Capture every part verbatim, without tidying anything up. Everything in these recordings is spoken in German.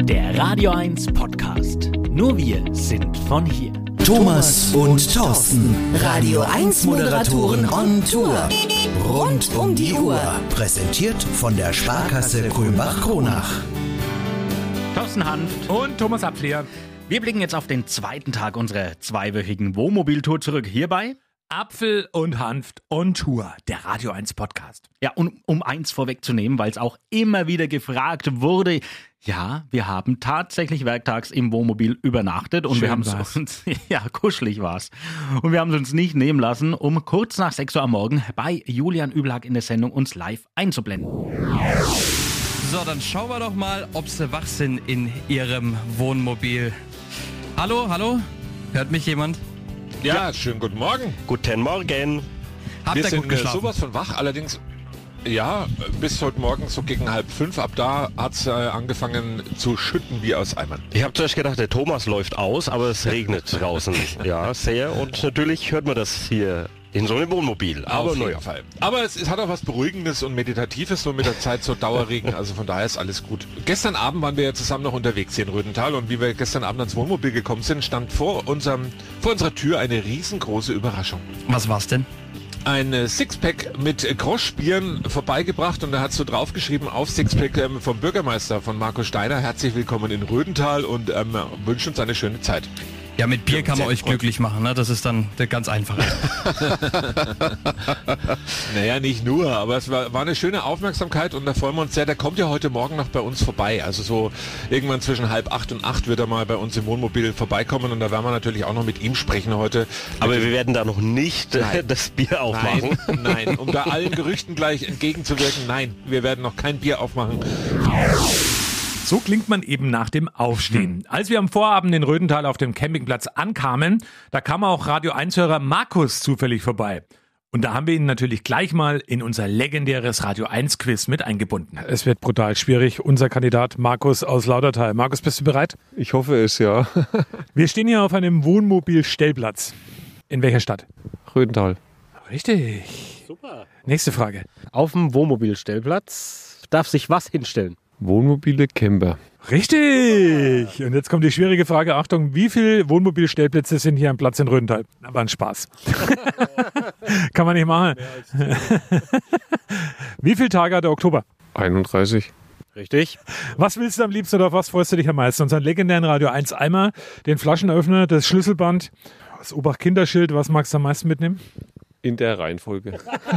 Der Radio eins Podcast. Nur wir sind von hier. Thomas und Thorsten, Radio eins Moderatoren on Tour. Rund um die Uhr. Präsentiert von der Sparkasse Kulmbach-Kronach. Thorsten Hanft und Thomas Apflier. Wir blicken jetzt auf den zweiten Tag unserer zweiwöchigen Wohnmobiltour zurück. Hierbei Apfel und Hanft on Tour, der Radio eins Podcast. Ja, und um eins vorwegzunehmen, weil es auch immer wieder gefragt wurde, ja, wir haben tatsächlich werktags im Wohnmobil übernachtet und Schön wir haben es war's. uns, ja, kuschelig war's. Und wir haben es uns nicht nehmen lassen, um kurz nach sechs Uhr am Morgen bei Julian Übelhack in der Sendung uns live einzublenden. So, dann schauen wir doch mal, ob sie wach sind in ihrem Wohnmobil. Hallo, hallo? Hört mich jemand? Ja, ja, schönen guten Morgen. Guten Morgen. Habt Wir ihr sind gut äh, geschlafen? sowas von wach, allerdings, ja, bis heute Morgen so gegen halb fünf. Ab da hat es äh, angefangen zu schütten wie aus Eimern. Ich habe zuerst gedacht, der Thomas läuft aus, aber es regnet draußen. Ja, sehr. Und natürlich hört man das hier in so einem Wohnmobil. Aber Auf jeden naja. Fall. Aber es, es hat auch was Beruhigendes und Meditatives, so mit der Zeit, so Dauerregen. Also von daher ist alles gut. Gestern Abend waren wir ja zusammen noch unterwegs hier in Rödental und wie wir gestern Abend ans Wohnmobil gekommen sind, stand vor, unserem, vor unserer Tür eine riesengroße Überraschung. Was war's denn? Ein äh, Sixpack mit Groschbieren vorbeigebracht und da hat so draufgeschrieben auf Sixpack ähm, vom Bürgermeister von Markus Steiner, herzlich willkommen in Rödental und ähm, wünscht uns eine schöne Zeit. Ja, mit Bier kann man euch Sehr glücklich machen, ne? Das ist dann der ganz einfache. Naja, nicht nur, aber es war, war eine schöne Aufmerksamkeit und da freuen wir uns sehr. Der kommt ja heute Morgen noch bei uns vorbei. Also so irgendwann zwischen halb acht und acht wird er mal bei uns im Wohnmobil vorbeikommen und da werden wir natürlich auch noch mit ihm sprechen heute. Aber wir werden da noch nicht äh, das Bier aufmachen. Nein, nein, um da allen Gerüchten gleich entgegenzuwirken, nein, wir werden noch kein Bier aufmachen. So klingt man eben nach dem Aufstehen. Als wir am Vorabend in Rödental auf dem Campingplatz ankamen, da kam auch Radio eins-Hörer Markus zufällig vorbei. Und da haben wir ihn natürlich gleich mal in unser legendäres Radio eins Quiz mit eingebunden. Es wird brutal schwierig. Unser Kandidat Markus aus Lautertal. Markus, bist du bereit? Ich hoffe es, ja. Wir stehen hier auf einem Wohnmobilstellplatz. In welcher Stadt? Rödental. Richtig. Super. Nächste Frage. Auf dem Wohnmobilstellplatz darf sich was hinstellen? Wohnmobile Camper. Richtig. Und jetzt kommt die schwierige Frage. Achtung, wie viele Wohnmobilstellplätze sind hier am Platz in Rödental? Aber ein Spaß. Kann man nicht machen. Wie viele Tage hat der Oktober? einunddreißig. Richtig. Was willst du am liebsten oder auf was freust du dich am meisten? Unseren legendären Radio eins Eimer, den Flaschenöffner, das Schlüsselband, das Obacht-Kinderschild. Was magst du am meisten mitnehmen? In der Reihenfolge.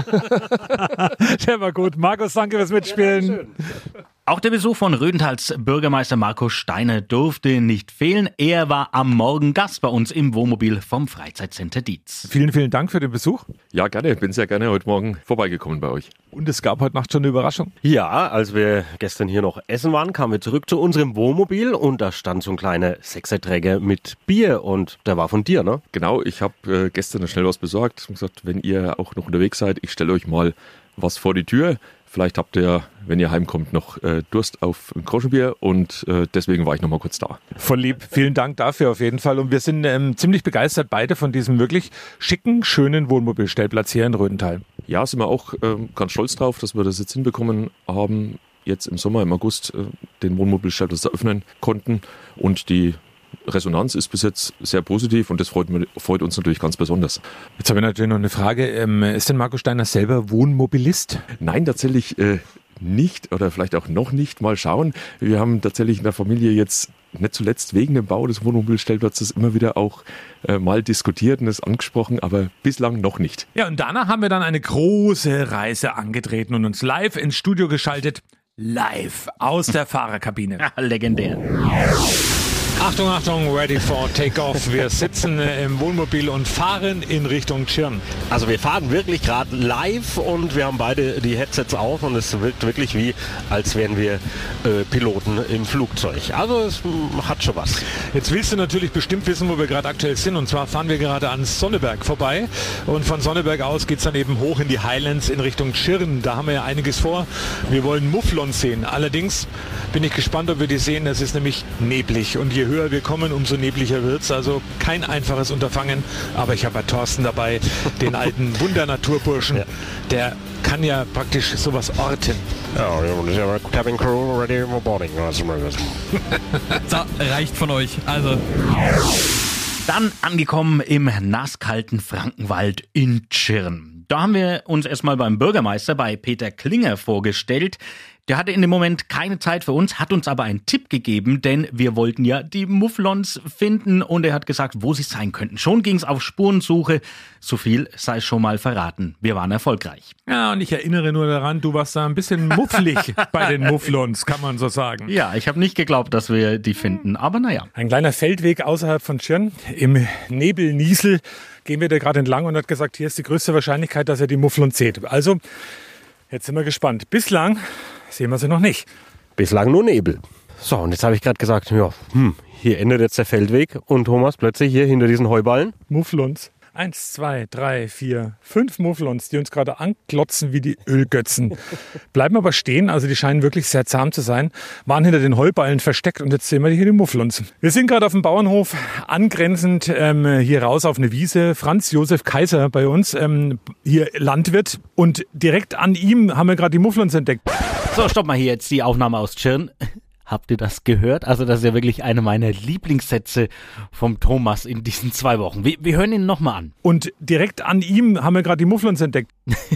Der war gut. Markus, danke fürs Mitspielen. Auch der Besuch von Rödentals Bürgermeister Markus Steiner durfte nicht fehlen. Er war am Morgen Gast bei uns im Wohnmobil vom Freizeitcenter Dietz. Vielen, vielen Dank für den Besuch. Ja, gerne. Ich bin sehr gerne heute Morgen vorbeigekommen bei euch. Und es gab heute Nacht schon eine Überraschung. Ja, als wir gestern hier noch essen waren, kamen wir zurück zu unserem Wohnmobil und da stand so ein kleiner Sechserträger mit Bier und der war von dir, ne? Genau, ich habe äh, gestern schnell was besorgt und gesagt, wenn ihr auch noch unterwegs seid, ich stelle euch mal was vor die Tür. Vielleicht habt ihr, wenn ihr heimkommt, noch äh, Durst auf ein Groschenbier und äh, deswegen war ich noch mal kurz da. Voll lieb. Vielen Dank dafür auf jeden Fall. Und wir sind ähm, ziemlich begeistert beide von diesem wirklich schicken, schönen Wohnmobilstellplatz hier in Rödental. Ja, sind wir auch ähm, ganz stolz drauf, dass wir das jetzt hinbekommen haben, jetzt im Sommer, im August, äh, den Wohnmobilstellplatz eröffnen konnten und die Resonanz ist bis jetzt sehr positiv und das freut, freut uns natürlich ganz besonders. Jetzt habe ich natürlich noch eine Frage. Ähm, ist denn Markus Steiner selber Wohnmobilist? Nein, tatsächlich äh, nicht oder vielleicht auch noch nicht. Mal schauen. Wir haben tatsächlich in der Familie jetzt nicht zuletzt wegen dem Bau des Wohnmobilstellplatzes immer wieder auch äh, mal diskutiert und es angesprochen, aber bislang noch nicht. Ja, und danach haben wir dann eine große Reise angetreten und uns live ins Studio geschaltet. Live aus der Fahrerkabine. Ja, legendär. Achtung, Achtung, ready for takeoff. Wir sitzen äh, im Wohnmobil und fahren in Richtung Tschirn. Also wir fahren wirklich gerade live und wir haben beide die Headsets auf und es wirkt wirklich wie, als wären wir äh, Piloten im Flugzeug. Also es m, hat schon was. Jetzt willst du natürlich bestimmt wissen, wo wir gerade aktuell sind. Und zwar fahren wir gerade an Sonneberg vorbei. Und von Sonneberg aus geht es dann eben hoch in die Highlands in Richtung Tschirn. Da haben wir ja einiges vor. Wir wollen Mufflons sehen. Allerdings bin ich gespannt, ob wir die sehen. Es ist nämlich neblig. Und je höher wir kommen, umso nebliger wird es. Also kein einfaches Unterfangen. Aber ich habe ja Thorsten dabei, den alten Wundernaturburschen. Ja. Der kann ja praktisch sowas orten. Ja, Cabin Crew ready for boarding. So, reicht von euch. Also. Dann angekommen im nasskalten Frankenwald in Tschirn. Da haben wir uns erstmal beim Bürgermeister, bei Peter Klinger, vorgestellt. Der hatte in dem Moment keine Zeit für uns, hat uns aber einen Tipp gegeben, denn wir wollten ja die Mufflons finden und er hat gesagt, wo sie sein könnten. Schon ging es auf Spurensuche, so viel sei schon mal verraten. Wir waren erfolgreich. Ja, und ich erinnere nur daran, du warst da ein bisschen mufflig bei den Mufflons, kann man so sagen. Ja, ich habe nicht geglaubt, dass wir die finden, aber naja. Ein kleiner Feldweg außerhalb von Tschirn, im Nebelniesel, gehen wir da gerade entlang und hat gesagt, hier ist die größte Wahrscheinlichkeit, dass er die Mufflons sieht. Also, jetzt sind wir gespannt. Bislang sehen wir sie noch nicht. Bislang nur Nebel. So, und jetzt habe ich gerade gesagt, ja, hm, hier endet jetzt der Feldweg und Thomas plötzlich hier hinter diesen Heuballen. Mufflons. Eins, zwei, drei, vier, fünf Mufflons, die uns gerade anklotzen wie die Ölgötzen. Bleiben aber stehen, also die scheinen wirklich sehr zahm zu sein, waren hinter den Heuballen versteckt und jetzt sehen wir hier die Mufflons. Wir sind gerade auf dem Bauernhof, angrenzend ähm, hier raus auf eine Wiese. Franz Josef Kaiser bei uns, ähm, hier Landwirt, und direkt an ihm haben wir gerade die Mufflons entdeckt. So, stopp mal hier jetzt die Aufnahme aus Tschirn. Habt ihr das gehört? Also das ist ja wirklich eine meiner Lieblingssätze vom Thomas in diesen zwei Wochen. Wir, wir hören ihn nochmal an. Und direkt an ihm haben wir gerade die Mufflons entdeckt.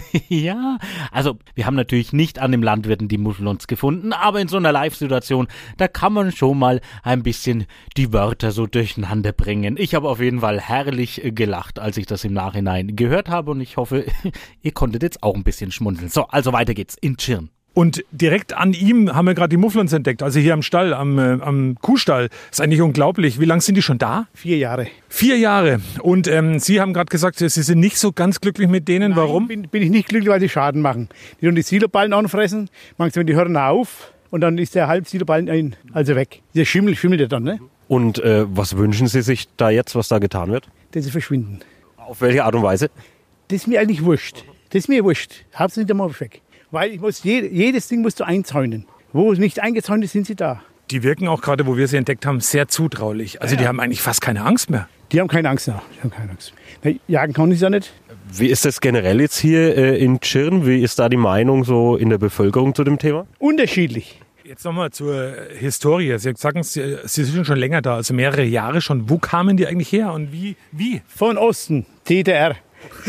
Ja, also wir haben natürlich nicht an dem Landwirten die Mufflons gefunden, aber in so einer Live-Situation, da kann man schon mal ein bisschen die Wörter so durcheinander bringen. Ich habe auf jeden Fall herrlich gelacht, als ich das im Nachhinein gehört habe und ich hoffe, ihr konntet jetzt auch ein bisschen schmunzeln. So, also weiter geht's in Tschirn. Und direkt an ihm haben wir gerade die Mufflons entdeckt, also hier am Stall, am, äh, am Kuhstall. Das ist eigentlich unglaublich. Wie lange sind die schon da? Vier Jahre. Vier Jahre. Und ähm, Sie haben gerade gesagt, Sie sind nicht so ganz glücklich mit denen. Nein, warum? Bin, bin ich nicht glücklich, weil die Schaden machen. Die tun die Siloballen anfressen, manchmal die Hörner auf und dann ist der halbe Siloballen ein, also weg. Der Schimmel schimmelt ja dann, ne? Und äh, was wünschen Sie sich da jetzt, was da getan wird? Dass sie verschwinden. Auf welche Art und Weise? Das ist mir eigentlich wurscht. Das ist mir wurscht. Hauptsache der Mob weg. Weil ich muss, jedes Ding musst du einzäunen. Wo es nicht eingezäunt ist, sind sie da. Die wirken auch gerade, wo wir sie entdeckt haben, sehr zutraulich. Also ja, die haben eigentlich fast keine Angst mehr. Die haben keine Angst mehr. Die haben keine Angst mehr. Jagen kann ich ja nicht. Wie ist das generell jetzt hier äh, in Tschirn? Wie ist da die Meinung so in der Bevölkerung zu dem Thema? Unterschiedlich. Jetzt nochmal zur Historie. Sie sagen, Sie, Sie sind schon länger da, also mehrere Jahre schon. Wo kamen die eigentlich her und wie? wie? Von Osten, D D R.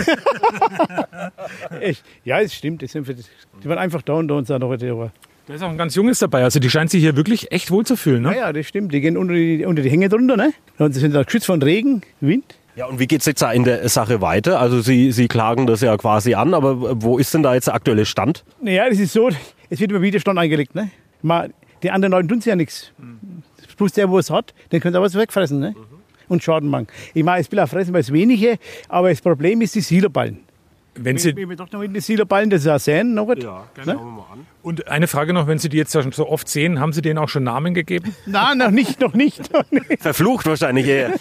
Ja, es stimmt. Das sind für, die waren einfach da und da und so. Da ist auch ein ganz Junges dabei. Also die scheint sich hier wirklich echt wohl zu fühlen, ne? Ja, ja, das stimmt. Die gehen unter die, unter die Hänge drunter, ne? Und sie sind da geschützt von Regen, Wind. Ja, und wie geht's jetzt da in der Sache weiter? Also Sie, Sie klagen das ja quasi an, aber wo ist denn da jetzt der aktuelle Stand? Naja, das ist so, es wird immer Widerstand eingelegt, ne? Die anderen Leute tun sie ja nichts. Bloß der, wo es hat, den können sie was wegfressen, ne? Und Schaden machen. Ich meine, es will auch fressen, weil es wenige, aber das Problem ist die Siloballen. Wenn Sie wenn wir doch noch in die Siloballen, das ist ja sehen, noch nicht. Ja, ne? wir mal an. Und eine Frage noch, wenn Sie die jetzt schon so oft sehen, haben Sie denen auch schon Namen gegeben? Nein, noch nicht, noch nicht. Noch nicht. Verflucht wahrscheinlich eher.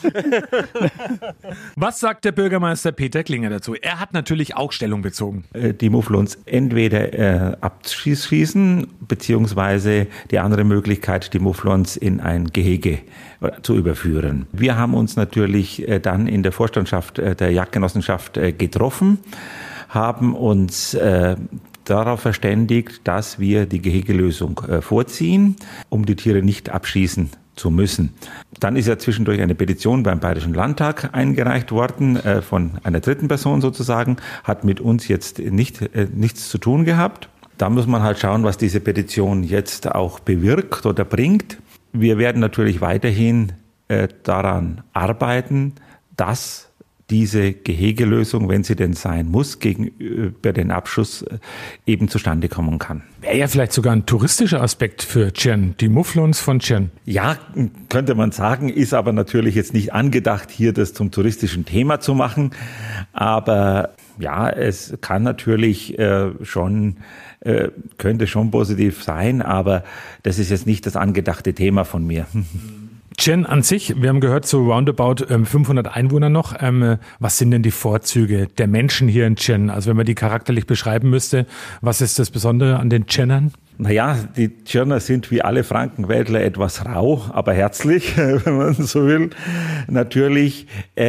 Was sagt der Bürgermeister Peter Klinger dazu? Er hat natürlich auch Stellung bezogen. Die Mufflons entweder äh, abschießen, beziehungsweise die andere Möglichkeit, die Mufflons in ein Gehege zu überführen. Wir haben uns natürlich äh, dann in der Vorstandschaft äh, der Jagdgenossenschaft äh, getroffen, haben uns äh, darauf verständigt, dass wir die Gehegelösung äh, vorziehen, um die Tiere nicht abschießen zu müssen. Dann ist ja zwischendurch eine Petition beim Bayerischen Landtag eingereicht worden, äh, von einer dritten Person sozusagen, hat mit uns jetzt nicht, äh, nichts zu tun gehabt. Da muss man halt schauen, was diese Petition jetzt auch bewirkt oder bringt. Wir werden natürlich weiterhin äh, daran arbeiten, dass diese Gehegelösung, wenn sie denn sein muss, gegenüber den Abschuss äh, eben zustande kommen kann. Wäre ja vielleicht sogar ein touristischer Aspekt für Tschirn, die Mufflons von Tschirn. Ja, könnte man sagen, ist aber natürlich jetzt nicht angedacht, hier das zum touristischen Thema zu machen. Aber ja, es kann natürlich äh, schon, äh, könnte schon positiv sein, aber das ist jetzt nicht das angedachte Thema von mir. Tschirn an sich, wir haben gehört, so roundabout ähm, fünfhundert Einwohner noch. Ähm, was sind denn die Vorzüge der Menschen hier in Tschirn? Also wenn man die charakterlich beschreiben müsste, was ist das Besondere an den Tschirnern? Naja, die Tschirner sind wie alle Frankenwäldler etwas rau, aber herzlich, wenn man so will. Natürlich, äh,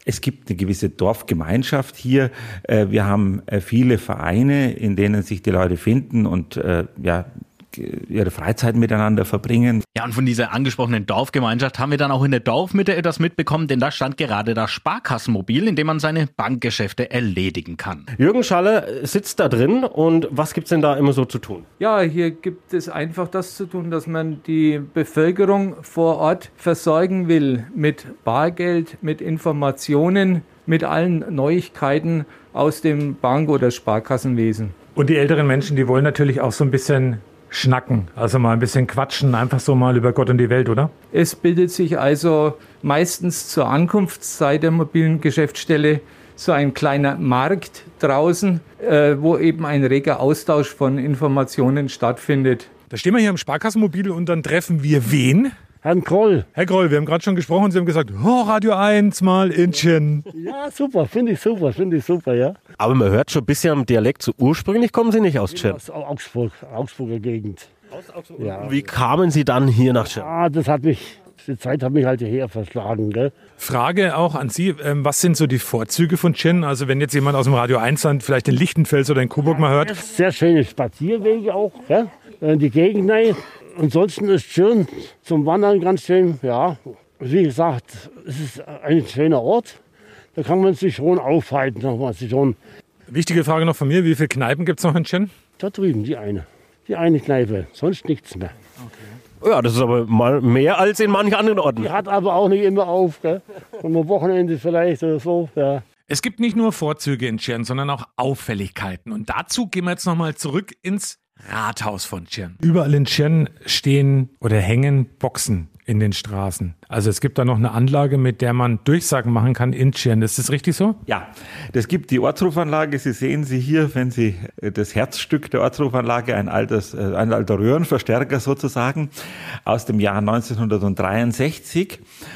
Es gibt eine gewisse Dorfgemeinschaft hier. Wir haben viele Vereine, in denen sich die Leute finden und ja, ihre Freizeit miteinander verbringen. Ja, und von dieser angesprochenen Dorfgemeinschaft haben wir dann auch in der Dorfmitte etwas mitbekommen, denn da stand gerade das Sparkassenmobil, in dem man seine Bankgeschäfte erledigen kann. Jürgen Schaller sitzt da drin und was gibt's denn da immer so zu tun? Ja, hier gibt es einfach das zu tun, dass man die Bevölkerung vor Ort versorgen will mit Bargeld, mit Informationen, mit allen Neuigkeiten aus dem Bank- oder Sparkassenwesen. Und die älteren Menschen, die wollen natürlich auch so ein bisschen schnacken, also mal ein bisschen quatschen, einfach so mal über Gott und die Welt, oder? Es bildet sich also meistens zur Ankunftszeit der mobilen Geschäftsstelle so ein kleiner Markt draußen, äh, wo eben ein reger Austausch von Informationen stattfindet. Da stehen wir hier im Sparkassenmobil und dann treffen wir wen? Herrn Groll. Herr Groll, wir haben gerade schon gesprochen, Sie haben gesagt, oh, Radio eins mal Intchen. Ja, super, finde ich super, finde ich super, ja. Aber man hört schon ein bisschen am Dialekt, so ursprünglich kommen Sie nicht aus Tschern. Aus Augsburg, Augsburger Gegend. Aus Augsburg? Ja. Wie kamen Sie dann hier nach Tschern? Ah, das hat mich, die Zeit hat mich halt hierher verschlagen, gell. Frage auch an Sie, ähm, was sind so die Vorzüge von Tschern? Also wenn jetzt jemand aus dem Radio eins Land vielleicht in Lichtenfels oder in Coburg mal hört. Sehr schöne Spazierwege auch, gell. Die Gegend rein. Ansonsten ist Tschirn zum Wandern ganz schön, ja. Wie gesagt, es ist ein schöner Ort. Da kann man sich schon aufhalten. Da kann man sich schon Wichtige Frage noch von mir, wie viele Kneipen gibt es noch in Tschirn? Da drüben, die eine. Die eine Kneipe, sonst nichts mehr. Okay. Ja, das ist aber mal mehr als in manchen anderen Orten. Die hat aber auch nicht immer auf, gell? Und am Wochenende vielleicht oder so, ja. Es gibt nicht nur Vorzüge in Tschirn, sondern auch Auffälligkeiten. Und dazu gehen wir jetzt nochmal zurück ins Rathaus von Tschirn. Überall in Tschirn stehen oder hängen Boxen in den Straßen. Also es gibt da noch eine Anlage, mit der man Durchsagen machen kann in Tschirn. Ist das richtig so? Ja, das gibt die Ortsrufanlage. Sie sehen sie hier, wenn Sie das Herzstück der Ortsrufanlage, ein, altes, ein alter Röhrenverstärker sozusagen, aus dem Jahr neunzehnhundertdreiundsechzig.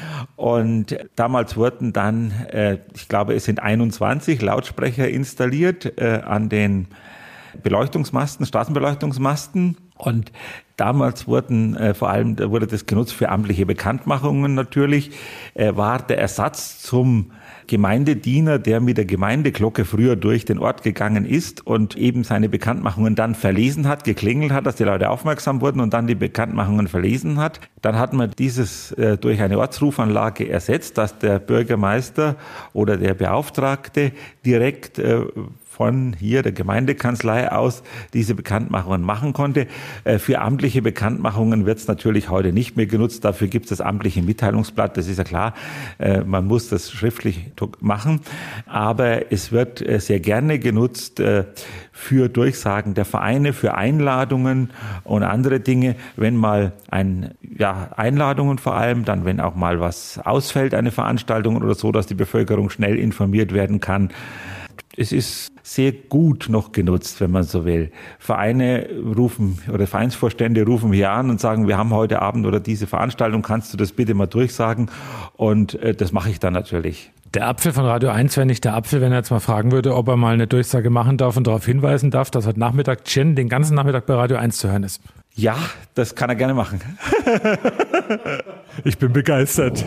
Und damals wurden dann, ich glaube, es sind einundzwanzig Lautsprecher installiert an den Beleuchtungsmasten, Straßenbeleuchtungsmasten. Und damals wurden äh, vor allem da wurde das genutzt für amtliche Bekanntmachungen natürlich, äh, war der Ersatz zum Gemeindediener, der mit der Gemeindeglocke früher durch den Ort gegangen ist und eben seine Bekanntmachungen dann verlesen hat, geklingelt hat, dass die Leute aufmerksam wurden und dann die Bekanntmachungen verlesen hat. Dann hat man dieses äh, durch eine Ortsrufanlage ersetzt, dass der Bürgermeister oder der Beauftragte direkt äh, von hier der Gemeindekanzlei aus diese Bekanntmachungen machen konnte. Für amtliche Bekanntmachungen wird es natürlich heute nicht mehr genutzt. Dafür gibt es das amtliche Mitteilungsblatt. Das ist ja klar, man muss das schriftlich machen. Aber es wird sehr gerne genutzt für Durchsagen der Vereine, für Einladungen und andere Dinge. Wenn mal ein, ja, Einladungen vor allem, dann wenn auch mal was ausfällt, eine Veranstaltung oder so, dass die Bevölkerung schnell informiert werden kann. Es ist sehr gut noch genutzt, wenn man so will. Vereine rufen oder Vereinsvorstände rufen hier an und sagen, wir haben heute Abend oder diese Veranstaltung, kannst du das bitte mal durchsagen? Und äh, das mache ich dann natürlich. Der Apfel von Radio eins wäre nicht der Apfel, wenn er jetzt mal fragen würde, ob er mal eine Durchsage machen darf und darauf hinweisen darf, dass heute Nachmittag Tschirn den ganzen Nachmittag bei Radio eins zu hören ist. Ja, das kann er gerne machen. Ich bin begeistert.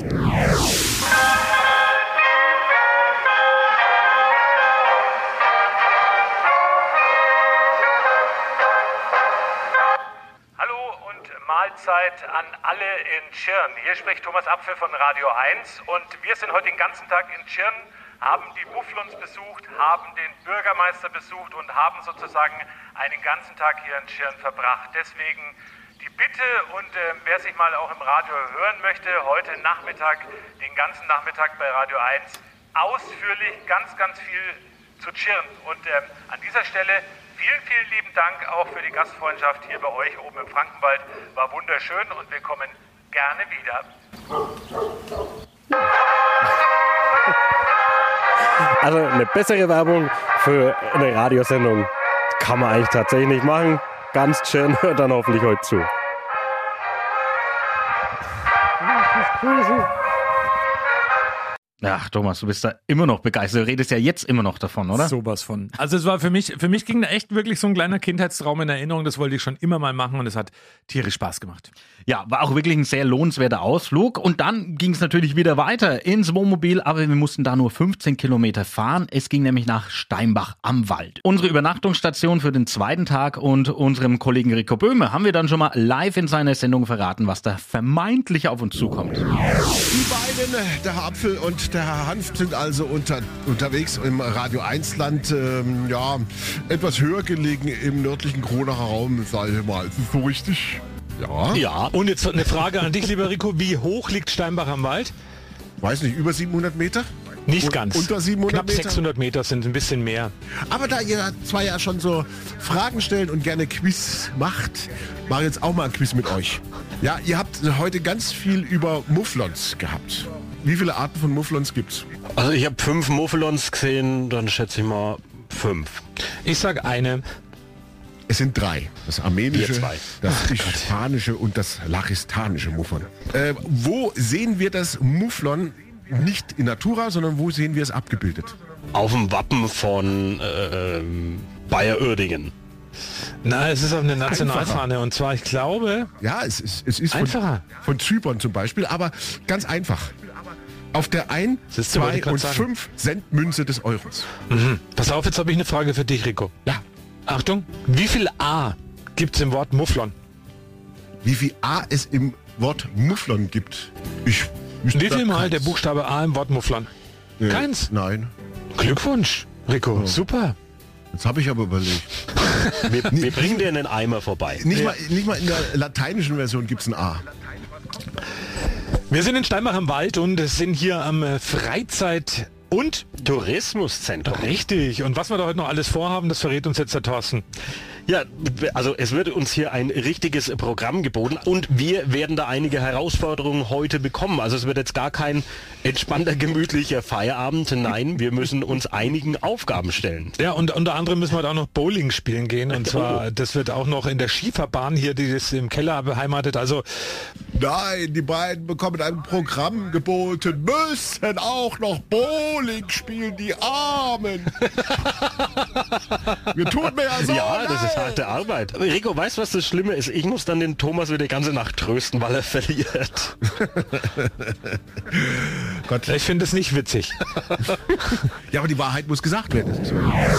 Mahlzeit an alle in Tschirn. Hier spricht Thomas Apfel von Radio eins und wir sind heute den ganzen Tag in Tschirn, haben die Mufflons besucht, haben den Bürgermeister besucht und haben sozusagen einen ganzen Tag hier in Tschirn verbracht. Deswegen die Bitte und äh, wer sich mal auch im Radio hören möchte, heute Nachmittag, den ganzen Nachmittag bei Radio eins, ausführlich ganz, ganz viel zu Tschirn. Und ähm, an dieser Stelle vielen, vielen lieben Dank auch für die Gastfreundschaft hier bei euch oben im Frankenwald. War wunderschön und wir kommen gerne wieder. Also eine bessere Werbung für eine Radiosendung kann man eigentlich tatsächlich nicht machen. Ganz schön, hört dann hoffentlich heute zu. Ach, Thomas, du bist da immer noch begeistert. Du redest ja jetzt immer noch davon, oder? Sowas von. Also es war für mich, für mich ging da echt wirklich so ein kleiner Kindheitstraum in Erinnerung. Das wollte ich schon immer mal machen und es hat tierisch Spaß gemacht. Ja, war auch wirklich ein sehr lohnenswerter Ausflug. Und dann ging es natürlich wieder weiter ins Wohnmobil, aber wir mussten da nur fünfzehn Kilometer fahren. Es ging nämlich nach Steinbach am Wald. Unsere Übernachtungsstation für den zweiten Tag und unserem Kollegen Rico Böhme haben wir dann schon mal live in seiner Sendung verraten, was da vermeintlich auf uns zukommt. Die beiden, der Herr Apfel und der Herr Hanft, sind also unter, unterwegs im Radio eins Land, ähm, ja, etwas höher gelegen im nördlichen Kronacher Raum, sage ich mal. Ist das so richtig? Ja. Ja. Und jetzt eine Frage an dich, lieber Rico. Wie hoch liegt Steinbach am Wald? Weiß nicht, über siebenhundert Meter? Nicht U- ganz. Unter siebenhundert Knapp Meter? sechshundert Meter sind ein bisschen mehr. Aber da ihr zwei ja schon so Fragen stellen und gerne Quiz macht, mache ich jetzt auch mal ein Quiz mit euch. Ja, ihr habt heute ganz viel über Mufflons gehabt. Wie viele Arten von Mufflons gibt's? Also ich habe fünf Mufflons gesehen, dann schätze ich mal fünf. Ich sag eine. Es sind drei. Das armenische, Wir zwei. das hispanische und das lachistanische Mufflon. Äh, wo sehen wir das Mufflon nicht in Natura, sondern wo sehen wir es abgebildet? Auf dem Wappen von äh, Bayer Uerdingen. Na, es ist auf eine Nationalfahne und zwar, ich glaube... Ja, es ist, es ist von, Einfacher. von Zypern zum Beispiel, aber ganz einfach. Auf der ein, Siehst du, wollte zwei ich grad und sagen. fünf Cent Münze des Euros. Mhm. Pass auf, jetzt habe ich eine Frage für dich, Rico. Ja. Achtung, wie viel A gibt es im Wort Mufflon? Wie viel A es im Wort Mufflon gibt? Ich wüsste Wie da viel Mal keins. der Buchstabe A im Wort Mufflon? Äh, Keins. Nein. Glückwunsch, Rico. Oh. Super. Jetzt habe ich aber überlegt. Wir, wir bringen dir einen Eimer vorbei. Nicht, mal, nicht mal in der lateinischen Version gibt es ein A. Wir sind in Steinbach am Wald und sind hier am äh, Freizeit- und Tourismuszentrum. Richtig. Und was wir da heute noch alles vorhaben, das verrät uns jetzt der Thorsten. Ja, also es wird uns hier ein richtiges Programm geboten und wir werden da einige Herausforderungen heute bekommen. Also es wird jetzt gar kein entspannter, gemütlicher Feierabend. Nein, wir müssen uns einigen Aufgaben stellen. Ja, und unter anderem müssen wir da auch noch Bowling spielen gehen. Und zwar, das wird auch noch in der Schieferbahn hier, die das im Keller beheimatet. Also Nein, die beiden bekommen ein Programm geboten, müssen auch noch Bowling spielen, die Armen. Wir tun mir ja so Ja, das ist leid. harte Arbeit. Rico, weißt du, was das Schlimme ist? Ich muss dann den Thomas wieder die ganze Nacht trösten, weil er verliert. Gott. ich finde es nicht witzig. Ja, aber die Wahrheit muss gesagt werden. Das ist so.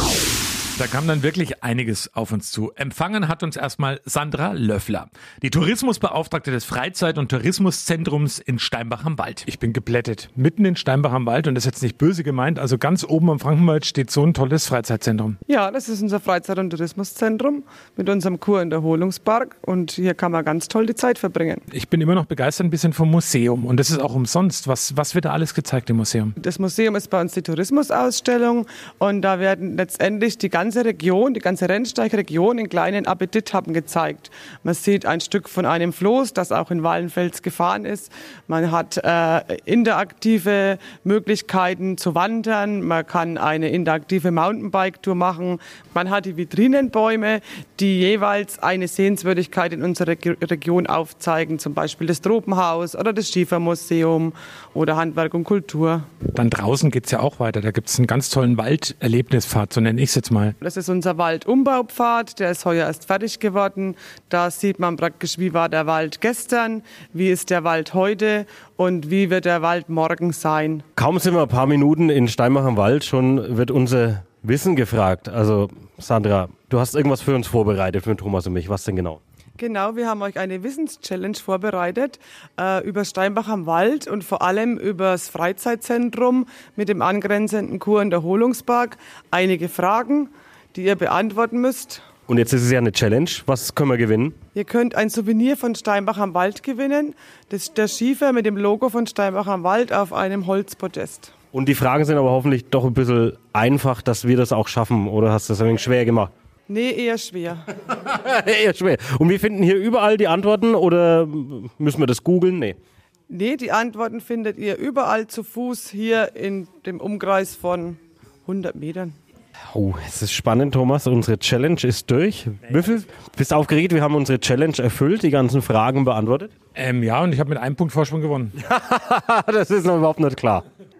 Da kam dann wirklich einiges auf uns zu. Empfangen hat uns erstmal Sandra Löffler, die Tourismusbeauftragte des Freizeit- und Tourismuszentrums in Steinbach am Wald. Ich bin geblättet. Mitten in Steinbach am Wald und das ist jetzt nicht böse gemeint. Also ganz oben am Frankenwald steht so ein tolles Freizeitzentrum. Ja, das ist unser Freizeit- und Tourismuszentrum mit unserem Kur- und Erholungspark und hier kann man ganz toll die Zeit verbringen. Ich bin immer noch begeistert ein bisschen vom Museum und das ist auch umsonst. Was, was wird da alles gezeigt im Museum? Das Museum ist bei uns die Tourismusausstellung und da werden letztendlich die ganze Region, die ganze Rennsteigregion in kleinen Appetithappen gezeigt. Man sieht ein Stück von einem Floß, das auch in Wallenfels gefahren ist. Man hat äh, interaktive Möglichkeiten zu wandern. Man kann eine interaktive Mountainbike-Tour machen. Man hat die Vitrinenbäume, die jeweils eine Sehenswürdigkeit in unserer Re- Region aufzeigen, zum Beispiel das Tropenhaus oder das Schiefermuseum oder Handwerk und Kultur. Dann draußen geht's ja auch weiter. Da gibt's einen ganz tollen Walderlebnispfad, so nenne ich es jetzt mal. Das ist unser Waldumbau-Pfad, der ist heuer erst fertig geworden. Da sieht man praktisch, wie war der Wald gestern, wie ist der Wald heute und wie wird der Wald morgen sein. Kaum sind wir ein paar Minuten in Steinbach am Wald, schon wird unser Wissen gefragt. Also Sandra, du hast irgendwas für uns vorbereitet, für Thomas und mich. Was denn genau? Genau, wir haben euch eine Wissenschallenge vorbereitet äh, über Steinbach am Wald und vor allem über das Freizeitzentrum mit dem angrenzenden Kur- und Erholungspark. Einige Fragen, die ihr beantworten müsst. Und jetzt ist es ja eine Challenge. Was können wir gewinnen? Ihr könnt ein Souvenir von Steinbach am Wald gewinnen. Das ist der Schiefer mit dem Logo von Steinbach am Wald auf einem Holzpodest. Und die Fragen sind aber hoffentlich doch ein bisschen einfach, dass wir das auch schaffen. Oder hast du das ein wenig schwer gemacht? Nee, eher schwer. Eher schwer. Und wir finden hier überall die Antworten oder müssen wir das googeln? Nee. Nee, die Antworten findet ihr überall zu Fuß hier in dem Umkreis von hundert Metern. Oh, es ist spannend, Thomas. Unsere Challenge ist durch. Wie viel? Bist du aufgeregt? Wir haben unsere Challenge erfüllt, die ganzen Fragen beantwortet. Ähm, ja, und ich habe mit einem Punkt Vorsprung gewonnen. Das ist noch überhaupt nicht klar.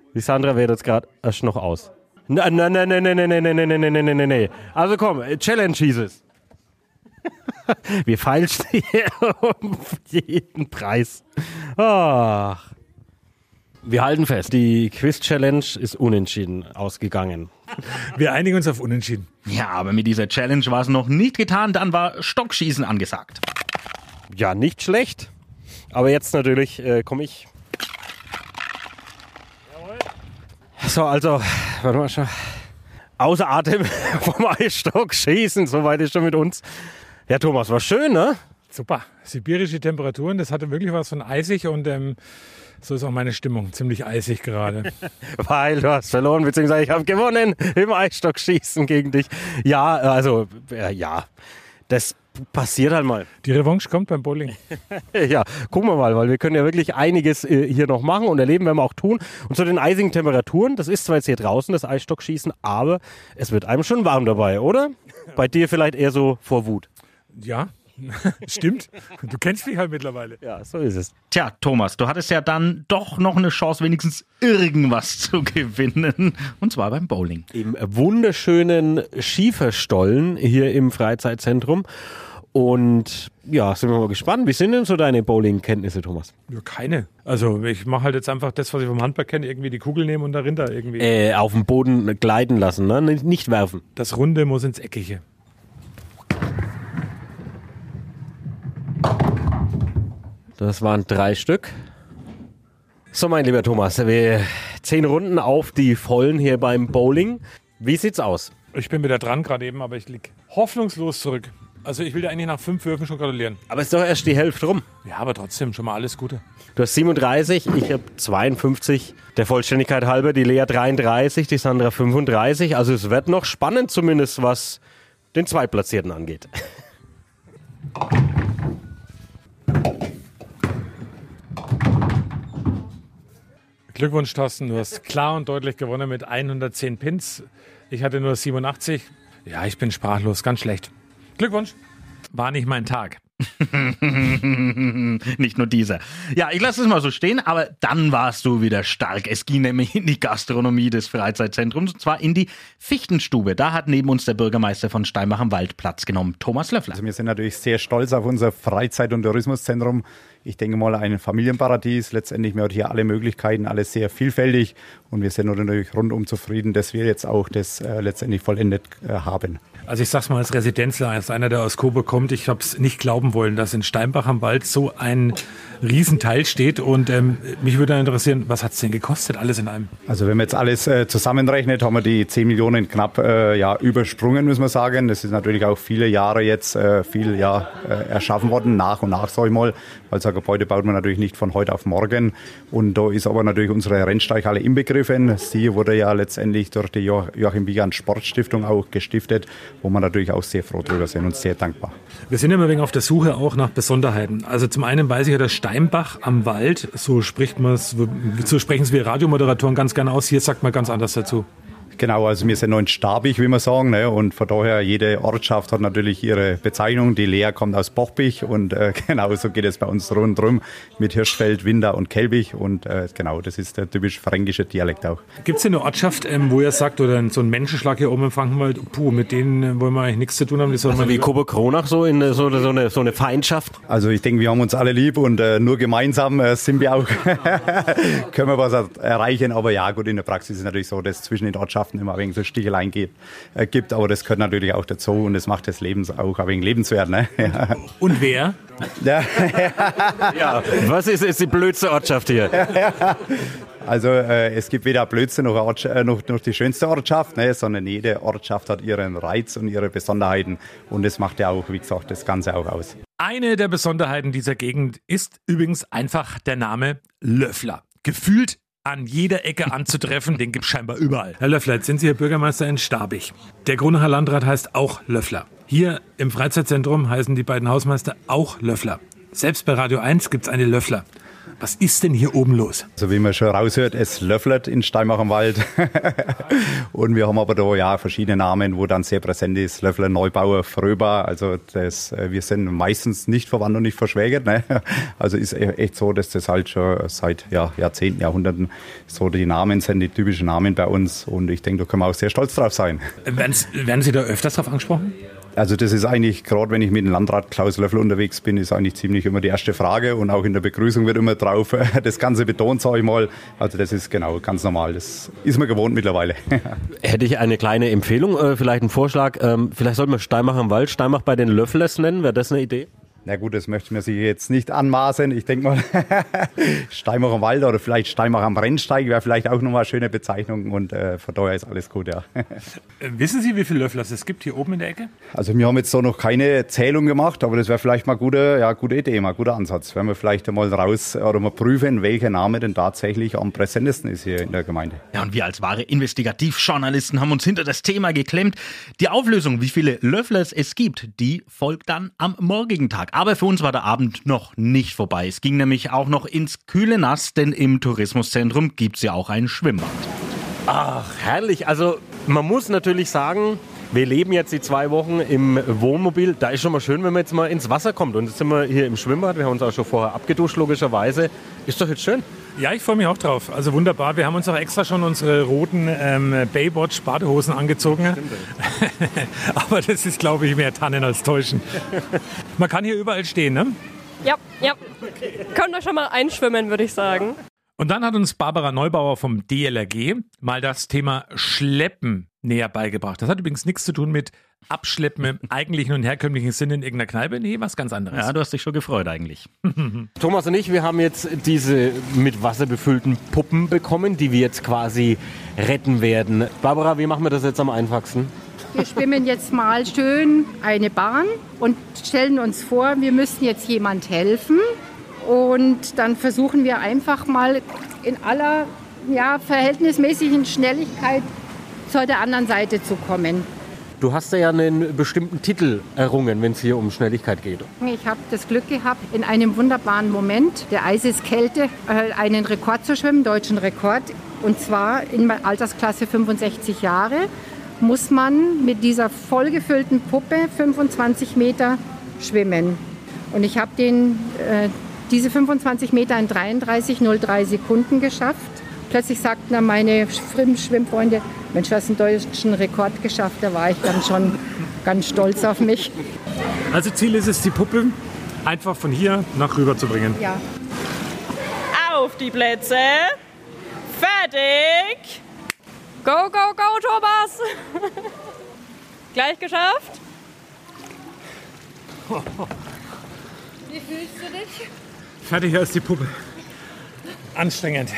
Die Sandra wählt jetzt gerade erst noch aus. Nein, nein, nein, nein, nein, nein, nein, nein, nein, nein, nein, nein. Also komm, Challenge hieß es. Wir feilschen hier um jeden Preis. Ach. Wir halten fest, die Quiz-Challenge ist unentschieden ausgegangen. Wir einigen uns auf unentschieden. Ja, aber mit dieser Challenge war es noch nicht getan, dann war Stockschießen angesagt. Ja, nicht schlecht. Aber jetzt natürlich äh, komme ich. So, also, warte mal schon. Außer Atem vom Eisstockschießen, soweit ist schon mit uns. Ja, Thomas, war schön, ne? Super. Sibirische Temperaturen, das hatte wirklich was von eisig und ähm, so ist auch meine Stimmung. Ziemlich eisig gerade. Weil du hast verloren, beziehungsweise ich habe gewonnen im Eisstockschießen gegen dich. Ja, also, äh, ja, das passiert halt mal. Die Revanche kommt beim Bowling. Ja, gucken wir mal, weil wir können ja wirklich einiges äh, hier noch machen und erleben werden wir auch tun. Und zu den eisigen Temperaturen, das ist zwar jetzt hier draußen das Eisstockschießen, aber es wird einem schon warm dabei, oder? Bei dir vielleicht eher so vor Wut. Ja, stimmt. Du kennst mich halt mittlerweile. Ja, so ist es. Tja, Thomas, du hattest ja dann doch noch eine Chance, wenigstens irgendwas zu gewinnen. Und zwar beim Bowling. Im wunderschönen Schieferstollen hier im Freizeitzentrum. Und ja, sind wir mal gespannt. Wie sind denn so deine Bowling-Kenntnisse, Thomas? Ja, keine. Also ich mache halt jetzt einfach das, was ich vom Handball kenne, irgendwie die Kugel nehmen und darin da irgendwie. Äh, auf dem Boden gleiten lassen, ne? Nicht werfen. Das Runde muss ins Eckige. Das waren drei Stück. So, mein lieber Thomas, wir zehn Runden auf die Vollen hier beim Bowling. Wie sieht's aus? Ich bin wieder dran gerade eben, aber ich liege hoffnungslos zurück. Also ich will dir eigentlich nach fünf Würfen schon gratulieren. Aber ist doch erst die Hälfte rum. Ja, aber trotzdem schon mal alles Gute. Du hast siebenunddreißig, ich habe zweiundfünfzig. Der Vollständigkeit halber, die Lea dreiunddreißig, die Sandra fünfunddreißig. Also es wird noch spannend zumindest, was den Zweitplatzierten angeht. Glückwunsch, Thorsten. Du hast klar und deutlich gewonnen mit hundertzehn Pins. Ich hatte nur siebenundachtzig. Ja, ich bin sprachlos. Ganz schlecht. Glückwunsch. War nicht mein Tag. Nicht nur dieser. Ja, ich lasse es mal so stehen, aber dann warst du wieder stark. Es ging nämlich in die Gastronomie des Freizeitzentrums, und zwar in die Fichtenstube. Da hat neben uns der Bürgermeister von Steinbach am Wald Platz genommen, Thomas Löffler. Also wir sind natürlich sehr stolz auf unser Freizeit- und Tourismuszentrum. Ich denke mal, ein Familienparadies. Letztendlich, wir haben hier alle Möglichkeiten, alles sehr vielfältig. Und wir sind natürlich rundum zufrieden, dass wir jetzt auch das äh, letztendlich vollendet äh, haben. Also ich sag's mal als Residenzler, als einer, der aus Coburg kommt, ich habe es nicht glauben wollen, dass in Steinbach am Wald so ein Riesenteil steht. Und ähm, mich würde interessieren, was hat's denn gekostet, alles in einem? Also wenn man jetzt alles äh, zusammenrechnet, haben wir die zehn Millionen knapp äh, ja, übersprungen, muss man sagen. Das ist natürlich auch viele Jahre jetzt äh, viel ja, äh, erschaffen worden, nach und nach, sag ich mal. Weil so ein Gebäude baut man natürlich nicht von heute auf morgen. Und da ist aber natürlich unsere Rennsteighalle inbegriffen. Sie wurde ja letztendlich durch die jo- Joachim Wiegand Sportstiftung auch gestiftet, wo wir natürlich auch sehr froh drüber sind und sehr dankbar. Wir sind immer ein wenig auf der Suche auch nach Besonderheiten. Also zum einen weiß ich ja, dass Steinbach am Wald, so spricht man es, so sprechen es wir Radiomoderatoren ganz gerne aus. Hier sagt man ganz anders dazu. Genau, also wir sind neunstarbig, wie wir sagen, ne? Und von daher, jede Ortschaft hat natürlich ihre Bezeichnung. Die Lea kommt aus Bochbich und äh, genau so geht es bei uns rundherum mit Hirschfeld, Winder und Kelbich und äh, genau, das ist der typisch fränkische Dialekt auch. Gibt es denn eine Ortschaft, ähm, wo ihr sagt, oder so ein Menschenschlag hier oben im Frankenwald, puh, mit denen äh, wollen wir eigentlich nichts zu tun haben? Das also wie Coburg-Kronach so, in so, so, eine, so eine Feindschaft? Also ich denke, wir haben uns alle lieb und äh, nur gemeinsam äh, sind wir auch, können wir was erreichen. Aber ja, gut, in der Praxis ist es natürlich so, dass zwischen den Ortschaften immer ein wenig so Sticheleien gibt, äh, gibt, aber das gehört natürlich auch dazu und das macht das Leben auch ein wenig lebenswert. Ne? Ja. Und wer? Ja. Ja, was ist jetzt die blödste Ortschaft hier? Also äh, es gibt weder Blödsinn noch, Orts- äh, noch, noch die schönste Ortschaft, ne, sondern jede Ortschaft hat ihren Reiz und ihre Besonderheiten und das macht ja auch, wie gesagt, das Ganze auch aus. Eine der Besonderheiten dieser Gegend ist übrigens einfach der Name Löffler. Gefühlt an jeder Ecke anzutreffen, den gibt es scheinbar überall. Herr Löffler, jetzt sind Sie Herr Bürgermeister in Starbich. Der Kronacher Landrat heißt auch Löffler. Hier im Freizeitzentrum heißen die beiden Hausmeister auch Löffler. Selbst bei Radio eins gibt es eine Löffler. Was ist denn hier oben los? Also wie man schon raushört, es löffelt in Steinbach am Wald. Und wir haben aber da ja verschiedene Namen, wo dann sehr präsent ist. Löffler, Neubauer, Fröber. Also das, wir sind meistens nicht verwandt und nicht verschwägert. Ne? Also ist echt so, dass das halt schon seit ja, Jahrzehnten, Jahrhunderten so die Namen sind, die typischen Namen bei uns. Und ich denke, da können wir auch sehr stolz drauf sein. Werden Sie da öfters drauf angesprochen? Also das ist eigentlich, gerade wenn ich mit dem Landrat Klaus Löffel unterwegs bin, ist eigentlich ziemlich immer die erste Frage und auch in der Begrüßung wird immer drauf das Ganze betont, sage ich mal. Also das ist genau ganz normal, das ist man gewohnt mittlerweile. Hätte ich eine kleine Empfehlung, äh, vielleicht einen Vorschlag, ähm, vielleicht sollten wir Steinbach am Wald, Steinbach bei den Löfflers nennen, wäre das eine Idee? Na gut, das möchte man sich jetzt nicht anmaßen. Ich denke mal, Steinbach am Wald oder vielleicht Steinbach am Rennsteig wäre vielleicht auch nochmal eine schöne Bezeichnung und äh, von daher ist alles gut, ja. Wissen Sie, wie viele Löfflers es gibt hier oben in der Ecke? Also wir haben jetzt so noch keine Zählung gemacht, aber das wäre vielleicht mal eine gute, ja, gute Idee, mal ein guter Ansatz. Wenn wir vielleicht einmal raus oder mal prüfen, welcher Name denn tatsächlich am präsentesten ist hier in der Gemeinde. Ja, und wir als wahre Investigativjournalisten haben uns hinter das Thema geklemmt. Die Auflösung, wie viele Löfflers es gibt, die folgt dann am morgigen Tag. Aber für uns war der Abend noch nicht vorbei. Es ging nämlich auch noch ins kühle Nass, denn im Tourismuszentrum gibt es ja auch ein Schwimmbad. Ach, herrlich. Also man muss natürlich sagen, wir leben jetzt die zwei Wochen im Wohnmobil. Da ist schon mal schön, wenn man jetzt mal ins Wasser kommt. Und jetzt sind wir hier im Schwimmbad. Wir haben uns auch schon vorher abgeduscht, logischerweise. Ist doch jetzt schön. Ja, ich freue mich auch drauf. Also wunderbar. Wir haben uns auch extra schon unsere roten ähm, Baywatch-Badehosen angezogen. Aber das ist, glaube ich, mehr Tannen als Täuschen. Man kann hier überall stehen, ne? Ja, ja. Okay. Könnt ihr schon mal einschwimmen, würde ich sagen. Und dann hat uns Barbara Neubauer vom D L R G mal das Thema Schleppen näher beigebracht. Das hat übrigens nichts zu tun mit Abschleppen im eigentlichen und herkömmlichen Sinne in irgendeiner Kneipe. Nee, was ganz anderes. Ja, du hast dich schon gefreut eigentlich. Thomas und ich, wir haben jetzt diese mit Wasser befüllten Puppen bekommen, die wir jetzt quasi retten werden. Barbara, wie machen wir das jetzt am einfachsten? Wir schwimmen jetzt mal schön eine Bahn und stellen uns vor, wir müssen jetzt jemand helfen. Und dann versuchen wir einfach mal in aller ja, verhältnismäßigen Schnelligkeit zu der anderen Seite zu kommen. Du hast ja einen bestimmten Titel errungen, wenn es hier um Schnelligkeit geht. Ich habe das Glück gehabt, in einem wunderbaren Moment der Eiseskälte einen Rekord zu schwimmen, deutschen Rekord. Und zwar in der Altersklasse fünfundsechzig Jahre muss man mit dieser vollgefüllten Puppe fünfundzwanzig Meter schwimmen. Und ich habe den äh, diese fünfundzwanzig Meter in dreiunddreißig Komma null drei Sekunden geschafft. Plötzlich sagten dann meine Schwimmfreunde, Mensch, du hast einen deutschen Rekord geschafft. Da war ich dann schon ganz stolz auf mich. Also Ziel ist es, die Puppe einfach von hier nach rüber zu bringen. Ja. Auf die Plätze. Fertig. Go, go, go, Thomas. Gleich geschafft. Wie fühlst du dich? Fertiger ist die Puppe. Anstrengend.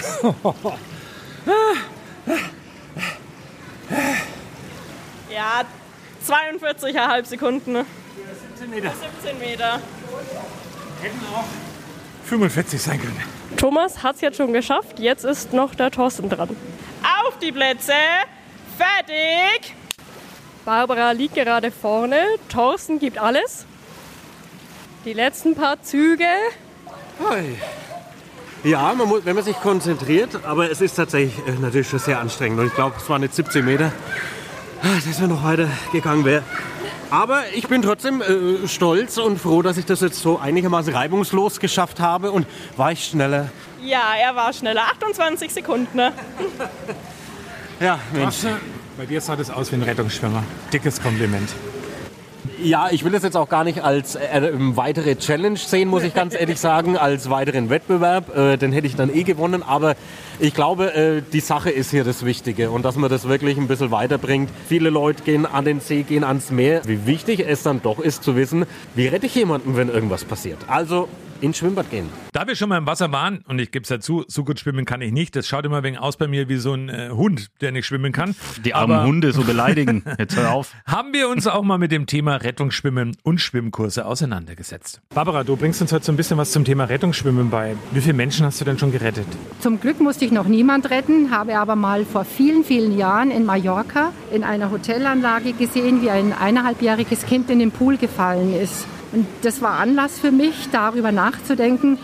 Ja, zweiundvierzig Komma fünf Sekunden. siebzehn Meter. siebzehn Meter. Hätten auch fünfundvierzig sein können. Thomas hat es jetzt schon geschafft. Jetzt ist noch der Thorsten dran. Auf die Plätze. Fertig. Barbara liegt gerade vorne. Thorsten gibt alles. Die letzten paar Züge. Ja, man muss, wenn man sich konzentriert, aber es ist tatsächlich äh, natürlich schon sehr anstrengend. Und ich glaube, es waren jetzt siebzehn Meter, dass wir noch weiter gegangen wäre. Aber ich bin trotzdem äh, stolz und froh, dass ich das jetzt so einigermaßen reibungslos geschafft habe. Und war ich schneller? Ja, er war schneller. achtundzwanzig Sekunden. Ne? Ja, Mensch. Bei dir sah das aus wie ein Rettungsschwimmer. Dickes Kompliment. Ja, ich will das jetzt auch gar nicht als äh, weitere Challenge sehen, muss ich ganz ehrlich sagen, als weiteren Wettbewerb. Äh, den hätte ich dann eh gewonnen. Aber ich glaube, äh, die Sache ist hier das Wichtige und dass man das wirklich ein bisschen weiterbringt. Viele Leute gehen an den See, gehen ans Meer. Wie wichtig es dann doch ist zu wissen, wie rette ich jemanden, wenn irgendwas passiert. Also ins Schwimmbad gehen. Da wir schon mal im Wasser waren, und ich gebe es dazu, so gut schwimmen kann ich nicht. Das schaut immer ein wenig aus bei mir wie so ein äh, Hund, der nicht schwimmen kann. Die armen Aber Hunde so beleidigen. Jetzt hör auf. Haben wir uns auch mal mit dem Thema Rettungsschwimmen und Schwimmkurse auseinandergesetzt. Barbara, du bringst uns heute so ein bisschen was zum Thema Rettungsschwimmen bei. Wie viele Menschen hast du denn schon gerettet? Zum Glück musste ich noch niemand retten, habe aber mal vor vielen, vielen Jahren in Mallorca in einer Hotelanlage gesehen, wie ein eineinhalbjähriges Kind in den Pool gefallen ist. Und das war Anlass für mich, darüber nachzudenken,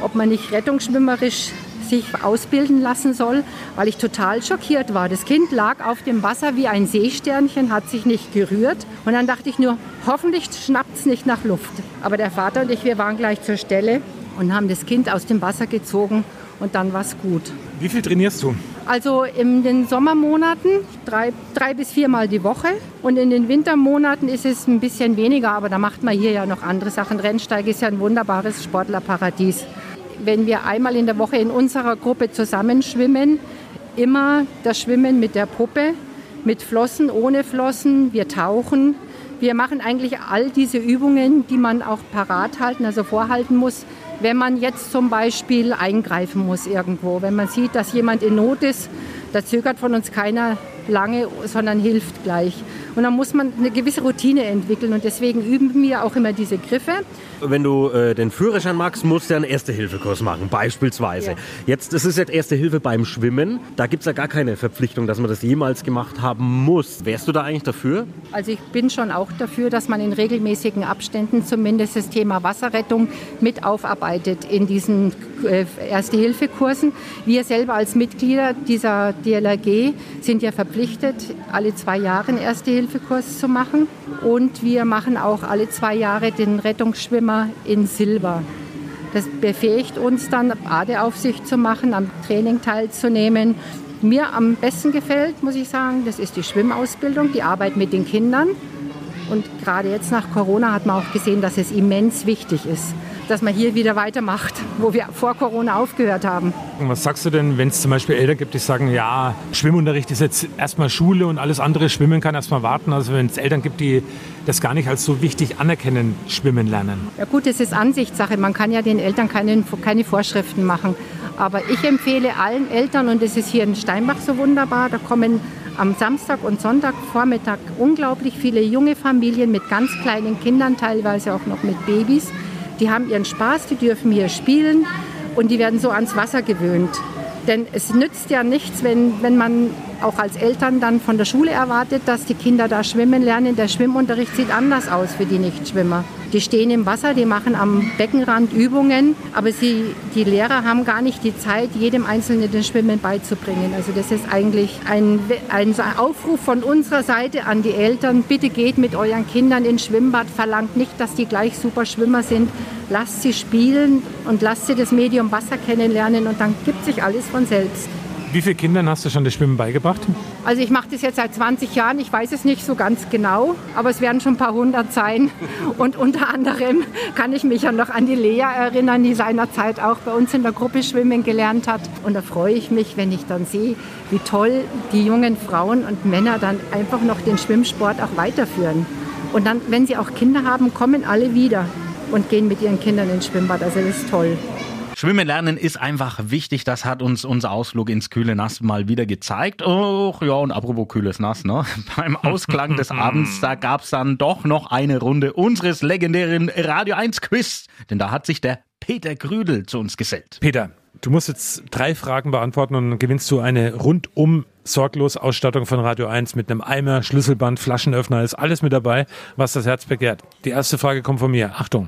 ob man nicht rettungsschwimmerisch sich ausbilden lassen soll, weil ich total schockiert war. Das Kind lag auf dem Wasser wie ein Seesternchen, hat sich nicht gerührt. Und dann dachte ich nur, hoffentlich schnappt es nicht nach Luft. Aber der Vater und ich, wir waren gleich zur Stelle und haben das Kind aus dem Wasser gezogen und dann war es gut. Wie viel trainierst du? Also in den Sommermonaten drei, drei bis viermal die Woche und in den Wintermonaten ist es ein bisschen weniger, aber da macht man hier ja noch andere Sachen. Rennsteig ist ja ein wunderbares Sportlerparadies. Wenn wir einmal in der Woche in unserer Gruppe zusammenschwimmen, immer das Schwimmen mit der Puppe, mit Flossen, ohne Flossen, wir tauchen. Wir machen eigentlich all diese Übungen, die man auch parat halten, also vorhalten muss, wenn man jetzt zum Beispiel eingreifen muss irgendwo. Wenn man sieht, dass jemand in Not ist, da zögert von uns keiner lange, sondern hilft gleich. Und dann muss man eine gewisse Routine entwickeln und deswegen üben wir auch immer diese Griffe. Wenn du äh, den Führerschein magst, musst du einen Erste-Hilfe-Kurs machen, beispielsweise. Ja. Jetzt, das ist jetzt Erste Hilfe beim Schwimmen. Da gibt es ja gar keine Verpflichtung, dass man das jemals gemacht haben muss. Wärst du da eigentlich dafür? Also ich bin schon auch dafür, dass man in regelmäßigen Abständen zumindest das Thema Wasserrettung mit aufarbeitet in diesen äh, Erste-Hilfe-Kursen. Wir selber als Mitglieder dieser D L R G sind ja verpflichtet, alle zwei Jahre einen Erste-Hilfe-Kurs zu machen. Und wir machen auch alle zwei Jahre den Rettungsschwimmer in Silber. Das befähigt uns dann, Badeaufsicht zu machen, am Training teilzunehmen. Mir am besten gefällt, muss ich sagen, das ist die Schwimmausbildung, die Arbeit mit den Kindern. Und gerade jetzt nach Corona hat man auch gesehen, dass es immens wichtig ist, dass man hier wieder weitermacht, wo wir vor Corona aufgehört haben. Was sagst du denn, wenn es zum Beispiel Eltern gibt, die sagen, ja, Schwimmunterricht ist jetzt erstmal Schule und alles andere, Schwimmen kann erstmal warten. Also wenn es Eltern gibt, die das gar nicht als so wichtig anerkennen, Schwimmen lernen. Ja gut, das ist Ansichtssache. Man kann ja den Eltern keine, keine Vorschriften machen. Aber ich empfehle allen Eltern, und das ist hier in Steinbach so wunderbar, da kommen am Samstag und Sonntagvormittag unglaublich viele junge Familien mit ganz kleinen Kindern, teilweise auch noch mit Babys. Die haben ihren Spaß, die dürfen hier spielen und die werden so ans Wasser gewöhnt. Denn es nützt ja nichts, wenn, wenn man auch als Eltern dann von der Schule erwartet, dass die Kinder da schwimmen lernen. Der Schwimmunterricht sieht anders aus für die Nichtschwimmer. Die stehen im Wasser, die machen am Beckenrand Übungen, aber sie, die Lehrer haben gar nicht die Zeit, jedem Einzelnen das Schwimmen beizubringen. Also das ist eigentlich ein, ein Aufruf von unserer Seite an die Eltern. Bitte geht mit euren Kindern ins Schwimmbad, verlangt nicht, dass die gleich super Schwimmer sind. Lasst sie spielen und lasst sie das Medium Wasser kennenlernen und dann gibt sich alles von selbst. Wie vielen Kindern hast du schon das Schwimmen beigebracht? Also ich mache das jetzt seit zwanzig Jahren, ich weiß es nicht so ganz genau, aber es werden schon ein paar hundert sein. Und unter anderem kann ich mich ja noch an die Lea erinnern, die seinerzeit auch bei uns in der Gruppe schwimmen gelernt hat. Und da freue ich mich, wenn ich dann sehe, wie toll die jungen Frauen und Männer dann einfach noch den Schwimmsport auch weiterführen. Und dann, wenn sie auch Kinder haben, kommen alle wieder und gehen mit ihren Kindern ins Schwimmbad. Also das ist toll. Schwimmen lernen ist einfach wichtig, das hat uns unser Ausflug ins kühle Nass mal wieder gezeigt. Oh, ja, und apropos kühles Nass, ne? Beim Ausklang des Abends, da gab's dann doch noch eine Runde unseres legendären Radio eins Quiz, denn da hat sich der Peter Grüdel zu uns gesellt. Peter, du musst jetzt drei Fragen beantworten und dann gewinnst du eine rundum sorglos Ausstattung von Radio eins mit einem Eimer, Schlüsselband, Flaschenöffner, ist alles mit dabei, was das Herz begehrt. Die erste Frage kommt von mir. Achtung.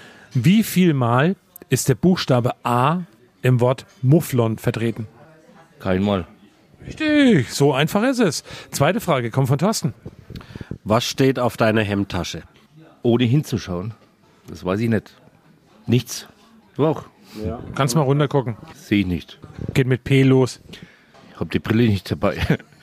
Wie viel Mal ist der Buchstabe A im Wort Mufflon vertreten? Keinmal. Richtig, so einfach ist es. Zweite Frage kommt von Thorsten. Was steht auf deiner Hemdtasche? Ohne hinzuschauen. Das weiß ich nicht. Nichts. Du auch? Ja. Kannst mal runtergucken. Sehe ich nicht. Geht mit P los. Ich habe die Brille nicht dabei.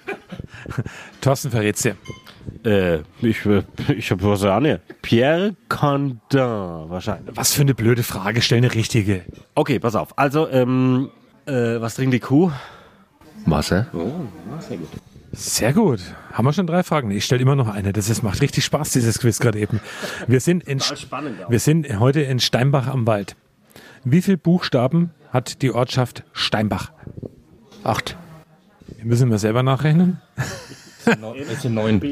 Thorsten verrät's dir. Äh, ich, ich habe was an. Pierre Cardin, wahrscheinlich. Was für eine blöde Frage, stell eine richtige. Okay, pass auf. Also, ähm, äh, was trinkt die Kuh? Wasser. Oh, sehr gut. Sehr gut. Haben wir schon drei Fragen? Nee, ich stelle immer noch eine. Das ist, macht richtig Spaß, dieses Quiz gerade eben. Wir sind, in, wir sind heute in Steinbach am Wald. Wie viele Buchstaben hat die Ortschaft Steinbach? Acht. Wir müssen mal selber nachrechnen. Es sind neun.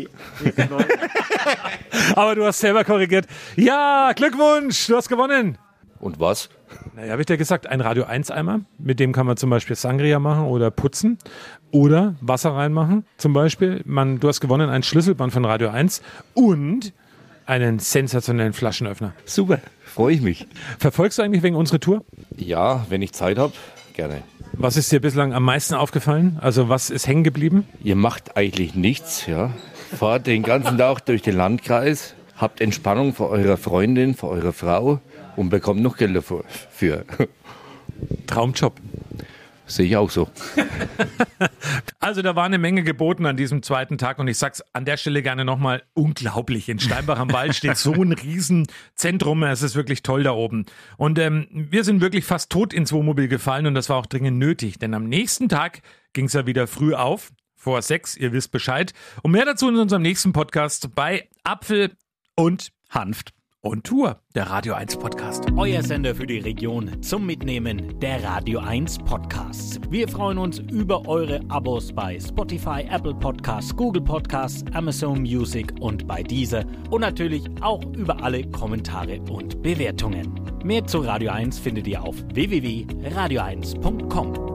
Aber du hast selber korrigiert. Ja, Glückwunsch, du hast gewonnen. Und was? Naja, habe ich dir gesagt, ein Radio eins Eimer, mit dem kann man zum Beispiel Sangria machen oder putzen oder Wasser reinmachen zum Beispiel. Man, du hast gewonnen ein Schlüsselband von Radio eins und einen sensationellen Flaschenöffner. Super, freue ich mich. Verfolgst du eigentlich wegen unsere Tour? Ja, wenn ich Zeit habe, gerne. Was ist dir bislang am meisten aufgefallen? Also was ist hängen geblieben? Ihr macht eigentlich nichts, ja. Fahrt den ganzen Tag durch den Landkreis, habt Entspannung für eure Freundin, für eure Frau und bekommt noch Geld dafür. Für. Traumjob. Sehe ich auch so. Also da war eine Menge geboten an diesem zweiten Tag und ich sag's an der Stelle gerne nochmal, unglaublich. In Steinbach am Wald steht so ein Riesenzentrum, es ist wirklich toll da oben. Und ähm, wir sind wirklich fast tot ins Wohnmobil gefallen und das war auch dringend nötig, denn am nächsten Tag ging's ja wieder früh auf, vor sechs, ihr wisst Bescheid. Und mehr dazu in unserem nächsten Podcast bei Apfel und Hanft und Tour, der Radio eins Podcast. Euer Sender für die Region zum Mitnehmen der Radio eins Podcasts. Wir freuen uns über eure Abos bei Spotify, Apple Podcasts, Google Podcasts, Amazon Music und bei Deezer und natürlich auch über alle Kommentare und Bewertungen. Mehr zu Radio eins findet ihr auf w w w punkt radio eins punkt com.